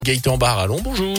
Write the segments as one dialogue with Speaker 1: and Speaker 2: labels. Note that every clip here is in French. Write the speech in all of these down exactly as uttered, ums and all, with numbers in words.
Speaker 1: Gaëtan Barallon, bonjour.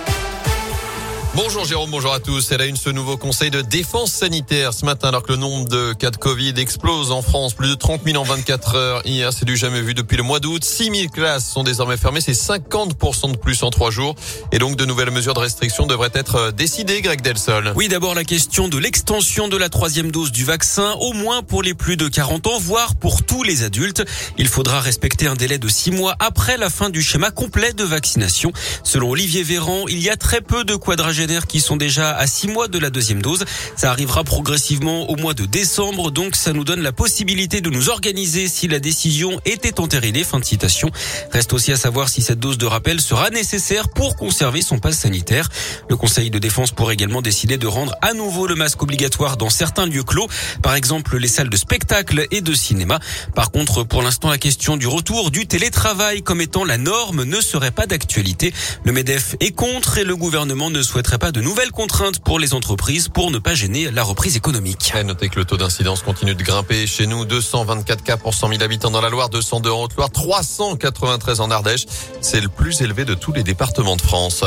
Speaker 2: Bonjour Jérôme, bonjour à tous. Elle a une ce nouveau conseil de défense sanitaire ce matin alors que le nombre de cas de Covid explose en France. Plus de trente mille en vingt-quatre heures. Hier, c'est du jamais vu depuis le mois d'août. six mille classes sont désormais fermées. C'est cinquante pour cent de plus en trois jours. Et donc, de nouvelles mesures de restriction devraient être décidées, Greg Delsol.
Speaker 3: Oui, d'abord la question de l'extension de la troisième dose du vaccin, au moins pour les plus de quarante ans, voire pour tous les adultes. Il faudra respecter un délai de six mois après la fin du schéma complet de vaccination. Selon Olivier Véran, il y a très peu de quadragénaires qui sont déjà à six mois de la deuxième dose. Ça arrivera progressivement au mois de décembre, donc ça nous donne la possibilité de nous organiser si la décision était entérinée. Fin de citation. Reste aussi à savoir si cette dose de rappel sera nécessaire pour conserver son pass sanitaire. Le Conseil de défense pourrait également décider de rendre à nouveau le masque obligatoire dans certains lieux clos, par exemple les salles de spectacle et de cinéma. Par contre, pour l'instant, la question du retour du télétravail comme étant la norme ne serait pas d'actualité. Le MEDEF est contre et le gouvernement ne souhaiterait pas de nouvelles contraintes pour les entreprises pour ne pas gêner la reprise économique.
Speaker 2: Et notez que le taux d'incidence continue de grimper chez nous. deux cent vingt-quatre cas pour cent mille habitants dans la Loire, deux cent deux en Haute-Loire, trois cent quatre-vingt-treize en Ardèche. C'est le plus élevé de tous les départements de France.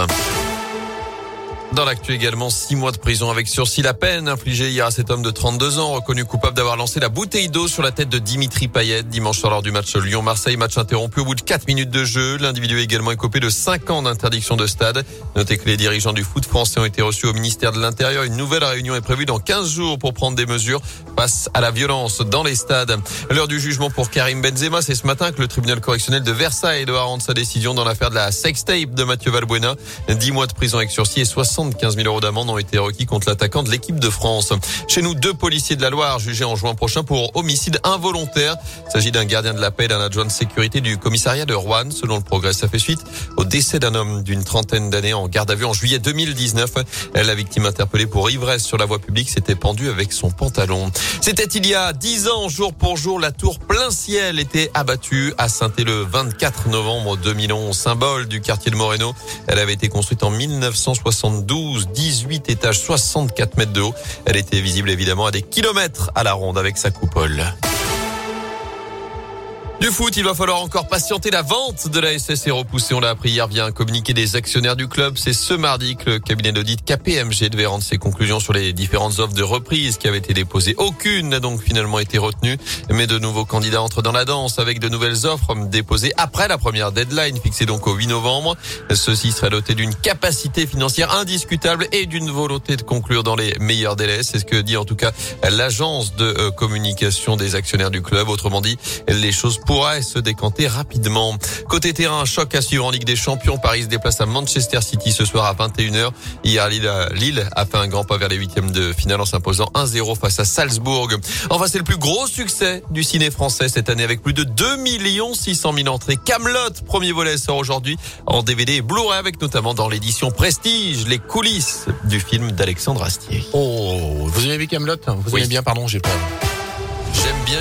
Speaker 2: Dans l'actu également, six mois de prison avec sursis. La peine infligée hier à cet homme de trente-deux ans, reconnu coupable d'avoir lancé la bouteille d'eau sur la tête de Dimitri Payet dimanche soir lors du match Lyon-Marseille. Match interrompu au bout de quatre minutes de jeu. L'individu est également écopé de cinq ans d'interdiction de stade. Notez que les dirigeants du foot français ont été reçus au ministère de l'Intérieur. Une nouvelle réunion est prévue dans quinze jours pour prendre des mesures face à la violence dans les stades. L'heure du jugement pour Karim Benzema, c'est ce matin que le tribunal correctionnel de Versailles doit rendre sa décision dans l'affaire de la sextape de Mathieu Valbuena. dix mois de prison avec sursis et soixante-quinze mille euros d'amende ont été requis contre l'attaquant de l'équipe de France. Chez nous, deux policiers de la Loire jugés en juin prochain pour homicide involontaire. Il s'agit d'un gardien de la paix et d'un adjoint de sécurité du commissariat de Roanne. Selon le Progrès, ça fait suite au décès d'un homme d'une trentaine d'années en garde à vue en juillet deux mille dix-neuf. La victime interpellée pour ivresse sur la voie publique s'était pendue avec son pantalon. C'était il y a dix ans, jour pour jour, la tour plein ciel était abattue à Saint-Thé le vingt-quatre novembre deux mille onze, symbole du quartier de Moreno. Elle avait été construite en mille neuf cent soixante-douze, dix-huit étages, soixante-quatre mètres de haut. Elle était visible évidemment à des kilomètres à la ronde avec sa coupole. Du foot, il va falloir encore patienter. La vente de la S S est repoussée. On l'a appris hier via un communiqué des actionnaires du club. C'est ce mardi que le cabinet d'audit K P M G devait rendre ses conclusions sur les différentes offres de reprise qui avaient été déposées. Aucune n'a donc finalement été retenue. Mais de nouveaux candidats entrent dans la danse avec de nouvelles offres déposées après la première deadline fixée donc au huit novembre. Ceci serait doté d'une capacité financière indiscutable et d'une volonté de conclure dans les meilleurs délais. C'est ce que dit en tout cas l'agence de communication des actionnaires du club. Autrement dit, les choses pourrait se décanter rapidement. Côté terrain, un choc à suivre en Ligue des Champions. Paris se déplace à Manchester City ce soir à vingt et une heures. Hier, Lille a, Lille a fait un grand pas vers les huitièmes de finale en s'imposant un zéro face à Salzbourg. Enfin, c'est le plus gros succès du ciné français cette année avec plus de deux millions six cent mille entrées. Kaamelott, premier volet, sort aujourd'hui en D V D et Blu-ray avec notamment dans l'édition Prestige les coulisses du film d'Alexandre Astier.
Speaker 1: Oh, vous aimez bien Kaamelott ? Vous
Speaker 2: Oui.
Speaker 1: aimez bien, pardon, j'ai pas...
Speaker 2: J'aime bien